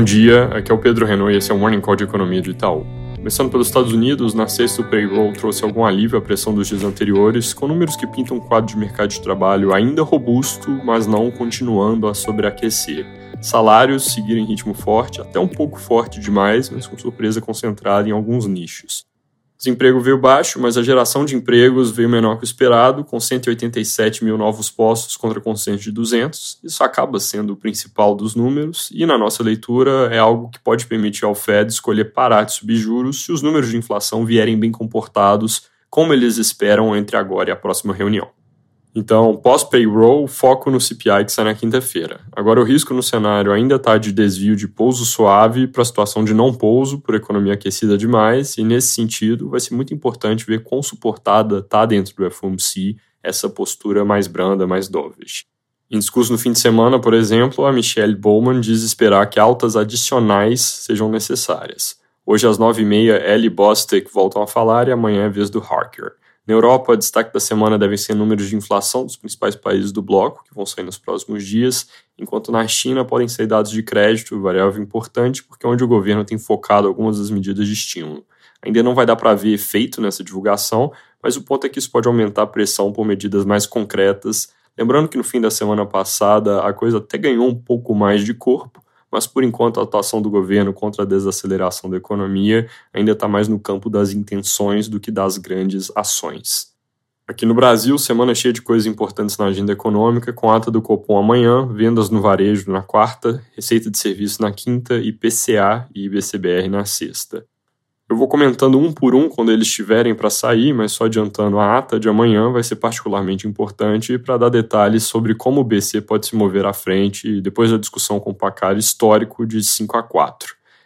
Bom dia, aqui é o Pedro Renault e esse é o Morning Call de Economia do Itaú. Começando pelos Estados Unidos, na sexta o payroll trouxe algum alívio à pressão dos dias anteriores, com números que pintam um quadro de mercado de trabalho ainda robusto, mas não continuando a sobreaquecer. Salários seguiram em ritmo forte, até um pouco forte demais, mas com surpresa concentrada em alguns nichos. Desemprego veio baixo, mas a geração de empregos veio menor que o esperado, com 187 mil novos postos contra consenso de 200. Isso acaba sendo o principal dos números e, na nossa leitura, é algo que pode permitir ao Fed escolher parar de subir juros se os números de inflação vierem bem comportados, como eles esperam entre agora e a próxima reunião. Então, pós-payroll, foco no CPI que sai na quinta-feira. Agora, o risco no cenário ainda está de desvio de pouso suave para a situação de não pouso, por economia aquecida demais, e nesse sentido vai ser muito importante ver quão suportada está dentro do FOMC essa postura mais branda, mais dovish. Em discurso no fim de semana, por exemplo, a Michelle Bowman diz esperar que altas adicionais sejam necessárias. Hoje, às 9h30, ela e Bostic voltam a falar e amanhã é vez do Harker. Na Europa, destaque da semana devem ser números de inflação dos principais países do bloco, que vão sair nos próximos dias, enquanto na China podem sair dados de crédito, variável importante, porque é onde o governo tem focado algumas das medidas de estímulo. Ainda não vai dar para ver efeito nessa divulgação, mas o ponto é que isso pode aumentar a pressão por medidas mais concretas. Lembrando que no fim da semana passada a coisa até ganhou um pouco mais de corpo, mas por enquanto a atuação do governo contra a desaceleração da economia ainda está mais no campo das intenções do que das grandes ações. Aqui no Brasil, semana cheia de coisas importantes na agenda econômica, com a ata do Copom amanhã, vendas no varejo na quarta, receita de serviço na quinta, IPCA e IBCBR na sexta. Eu vou comentando um por um quando eles estiverem para sair, mas só adiantando, a ata de amanhã vai ser particularmente importante para dar detalhes sobre como o BC pode se mover à frente depois da discussão com o Pacari histórico de 5-4.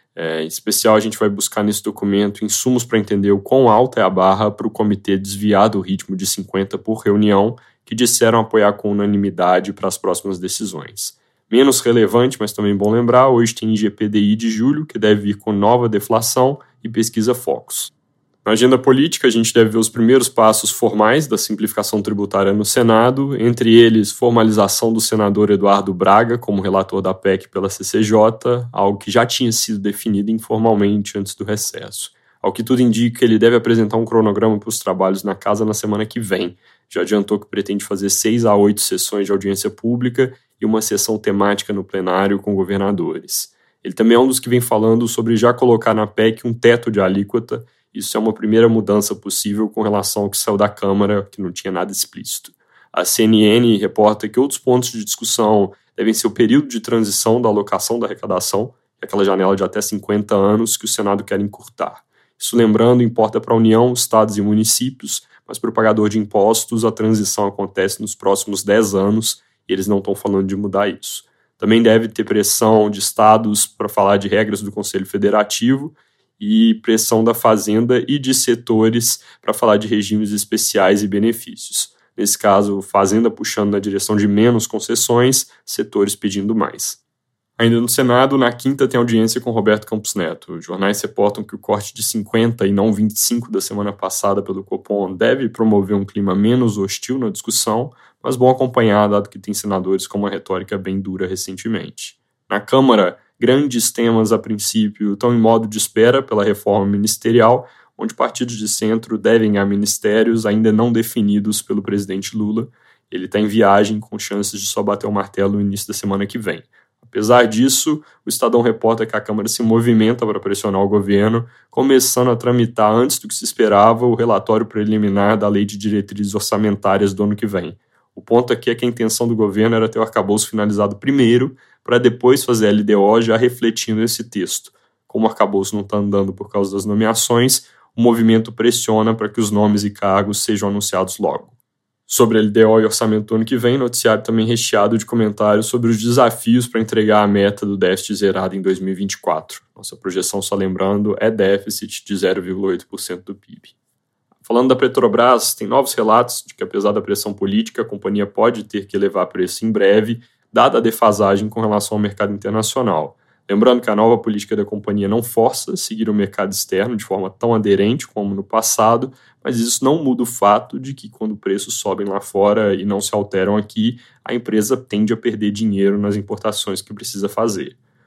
Em especial, a gente vai buscar nesse documento insumos para entender o quão alta é a barra para o comitê desviar do ritmo de 50 por reunião, que disseram apoiar com unanimidade para as próximas decisões. Menos relevante, mas também bom lembrar, hoje tem IGPDI de julho, que deve vir com nova deflação e pesquisa Focus. Na agenda política, a gente deve ver os primeiros passos formais da simplificação tributária no Senado, entre eles formalização do senador Eduardo Braga como relator da PEC pela CCJ, algo que já tinha sido definido informalmente antes do recesso. Ao que tudo indica, ele deve apresentar um cronograma para os trabalhos na casa na semana que vem. Já adiantou que pretende fazer 6 a 8 sessões de audiência pública e uma sessão temática no plenário com governadores. Ele também é um dos que vem falando sobre já colocar na PEC um teto de alíquota. Isso é uma primeira mudança possível com relação ao que saiu da Câmara, que não tinha nada explícito. A CNN reporta que outros pontos de discussão devem ser o período de transição da alocação da arrecadação, aquela janela de até 50 anos que o Senado quer encurtar. Isso, lembrando, importa para a União, estados e municípios, mas para o pagador de impostos a transição acontece nos próximos 10 anos e eles não estão falando de mudar isso. Também deve ter pressão de estados para falar de regras do Conselho Federativo e pressão da Fazenda e de setores para falar de regimes especiais e benefícios. Nesse caso, Fazenda puxando na direção de menos concessões, setores pedindo mais. Ainda no Senado, na quinta tem audiência com Roberto Campos Neto. Os jornais reportam que o corte de 50 e não 25 da semana passada pelo Copom deve promover um clima menos hostil na discussão, mas bom acompanhar, dado que tem senadores com uma retórica bem dura recentemente. Na Câmara, grandes temas, a princípio, estão em modo de espera pela reforma ministerial, onde partidos de centro devem ganhar ministérios ainda não definidos pelo presidente Lula. Ele está em viagem, com chances de só bater o martelo no início da semana que vem. Apesar disso, o Estadão reporta que a Câmara se movimenta para pressionar o governo, começando a tramitar antes do que se esperava o relatório preliminar da Lei de Diretrizes Orçamentárias do ano que vem. O ponto aqui é que a intenção do governo era ter o arcabouço finalizado primeiro, para depois fazer a LDO já refletindo esse texto. Como o arcabouço não está andando por causa das nomeações, o movimento pressiona para que os nomes e cargos sejam anunciados logo. Sobre a LDO e orçamento do ano que vem, noticiário também recheado de comentários sobre os desafios para entregar a meta do déficit zerado em 2024. Nossa projeção, só lembrando, é déficit de 0,8% do PIB. Falando da Petrobras, tem novos relatos de que, apesar da pressão política, a companhia pode ter que elevar preço em breve, dada a defasagem com relação ao mercado internacional. Lembrando que a nova política da companhia não força a seguir o mercado externo de forma tão aderente como no passado, mas isso não muda o fato de que, quando preços sobem lá fora e não se alteram aqui, a empresa tende a perder dinheiro nas importações que precisa fazer.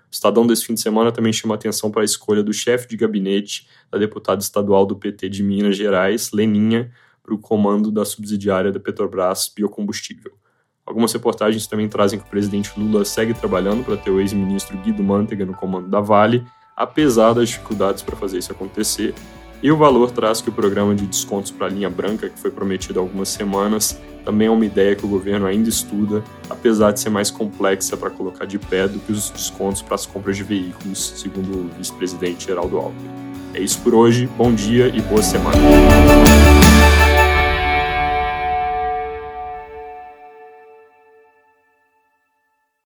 O Estadão desse fim de semana também chama atenção para a escolha do chefe de gabinete da deputada estadual do PT de Minas Gerais, Leninha, para o comando da subsidiária da Petrobras Biocombustível. Algumas reportagens também trazem que o presidente Lula segue trabalhando para ter o ex-ministro Guido Mantega no comando da Vale, apesar das dificuldades para fazer isso acontecer. E o Valor traz que o programa de descontos para a linha branca, que foi prometido há algumas semanas, também é uma ideia que o governo ainda estuda, apesar de ser mais complexa para colocar de pé do que os descontos para as compras de veículos, segundo o vice-presidente Geraldo Alckmin. É isso por hoje, bom dia e boa semana.